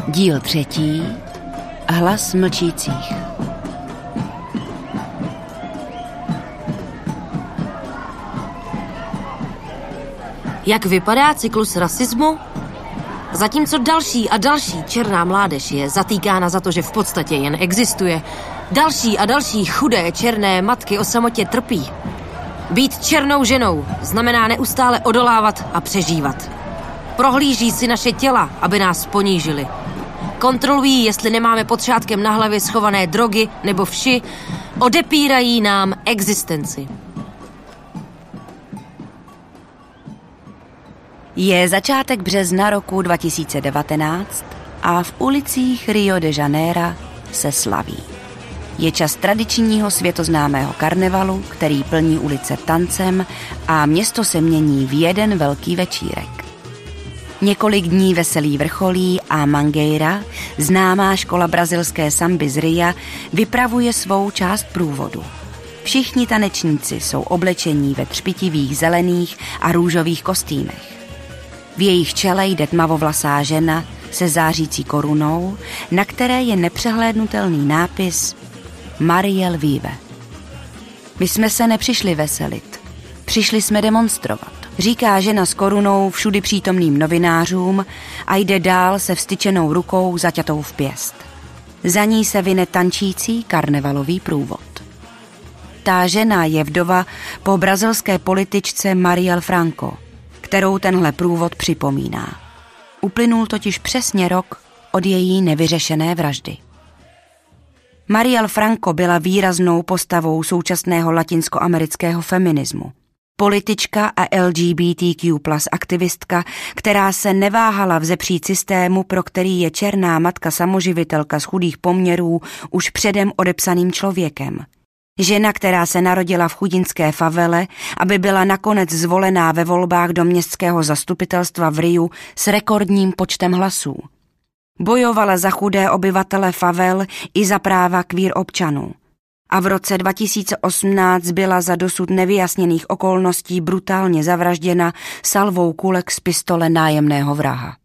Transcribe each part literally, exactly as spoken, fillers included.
Díl třetí. Hlas mlčících. Jak vypadá cyklus rasismu? Zatímco další a další černá mládež je zatýkána za to, že v podstatě jen existuje, další a další chudé černé matky o samotě trpí. Být černou ženou znamená neustále odolávat a přežívat. Prohlíží si naše těla, aby nás ponížili. Kontrolují, jestli nemáme pod šátkem na hlavě schované drogy nebo vši, odepírají nám existenci. Je začátek března roku dva tisíce devatenáct a v ulicích Rio de Janeiro se slaví. Je čas tradičního světoznámého karnevalu, který plní ulice tancem a město se mění v jeden velký večírek. Několik dní veselí vrcholí a Mangueira, známá škola brazilské samby z Ria, vypravuje svou část průvodu. Všichni tanečníci jsou oblečení ve třpitivých zelených a růžových kostýmech. V jejich čele jde tmavovlasá žena se zářící korunou, na které je nepřehlédnutelný nápis Mariel Vive. My jsme se nepřišli veselit, přišli jsme demonstrovat, říká žena s korunou všudy přítomným novinářům a jde dál se vstyčenou rukou zaťatou v pěst. Za ní se vyne tančící karnevalový průvod. Ta žena je vdova po brazilské političce Marielle Franco, kterou tenhle průvod připomíná. Uplynul totiž přesně rok od její nevyřešené vraždy. Marielle Franco byla výraznou postavou současného latinskoamerického feminismu. Politička a L G B T Q plus aktivistka, která se neváhala vzepřít systému, pro který je černá matka samoživitelka z chudých poměrů už předem odepsaným člověkem. Žena, která se narodila v chudinské favele, aby byla nakonec zvolená ve volbách do městského zastupitelstva v Riu s rekordním počtem hlasů. Bojovala za chudé obyvatele favel i za práva queer občanů. A v roce dva tisíce osmnáct byla za dosud nevyjasněných okolností brutálně zavražděna salvou kulek z pistole nájemného vraha.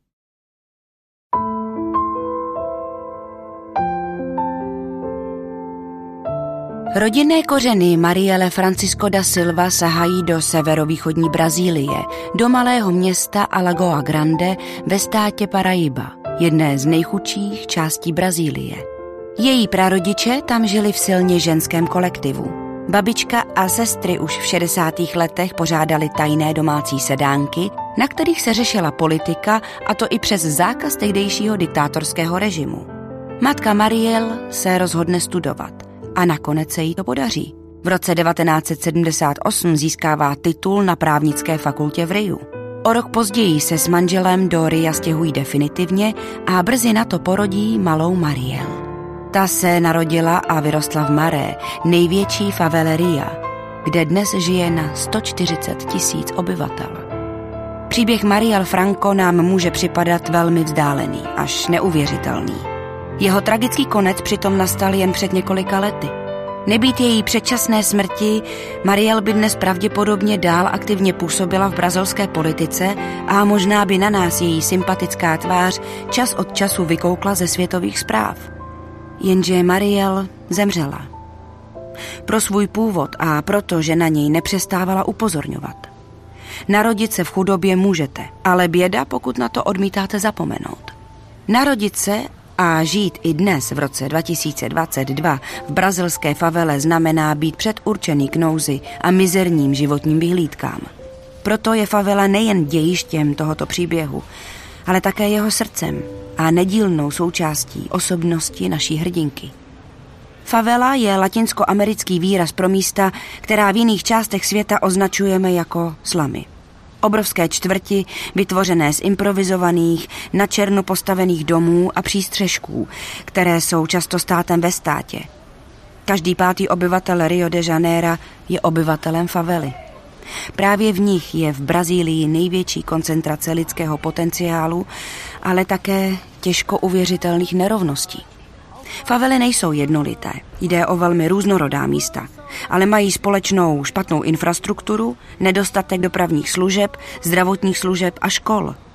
Rodinné kořeny Marielle Francisco da Silva sahají do severovýchodní Brazílie, do malého města Alagoa Grande ve státě Paraíba, jedné z nejchudších částí Brazílie. Její prarodiče tam žili v silně ženském kolektivu. Babička a sestry už v šedesátých letech pořádali tajné domácí sedánky, na kterých se řešila politika, a to i přes zákaz tehdejšího diktátorského režimu. Matka Marielle se rozhodne studovat a nakonec se jí to podaří. V roce devatenáct set sedmdesát osm získává titul na právnické fakultě v Riu. O rok později se s manželem do Ria stěhují definitivně a brzy na to porodí malou Marielle. Ta se narodila a vyrostla v Maré, největší favele Ria, kde dnes žije na sto čtyřicet tisíc obyvatel. Příběh Marielle Franco nám může připadat velmi vzdálený, až neuvěřitelný. Jeho tragický konec přitom nastal jen před několika lety. Nebýt její předčasné smrti, Marielle by dnes pravděpodobně dál aktivně působila v brazilské politice a možná by na nás její sympatická tvář čas od času vykoukla ze světových zpráv. Jenže Marielle zemřela. Pro svůj původ a proto, že na něj nepřestávala upozorňovat. Narodit se v chudobě můžete, ale běda, pokud na to odmítáte zapomenout. Narodit se a žít i dnes v roce dva tisíce dvacet dva v brazilské favele znamená být předurčený k nouzi a mizerním životním vyhlídkám. Proto je favela nejen dějištěm tohoto příběhu, ale také jeho srdcem a nedílnou součástí osobnosti naší hrdinky. Favela je latinskoamerický výraz pro místa, která v jiných částech světa označujeme jako slamy. Obrovské čtvrti, vytvořené z improvizovaných, na černo postavených domů a přístřešků, které jsou často státem ve státě. Každý pátý obyvatel Rio de Janeiro je obyvatelem favely. Právě v nich je v Brazílii největší koncentrace lidského potenciálu, ale také těžko uvěřitelných nerovností. Favely nejsou jednolité, jde o velmi různorodá místa, ale mají společnou špatnou infrastrukturu, nedostatek dopravních služeb, zdravotních služeb a škol,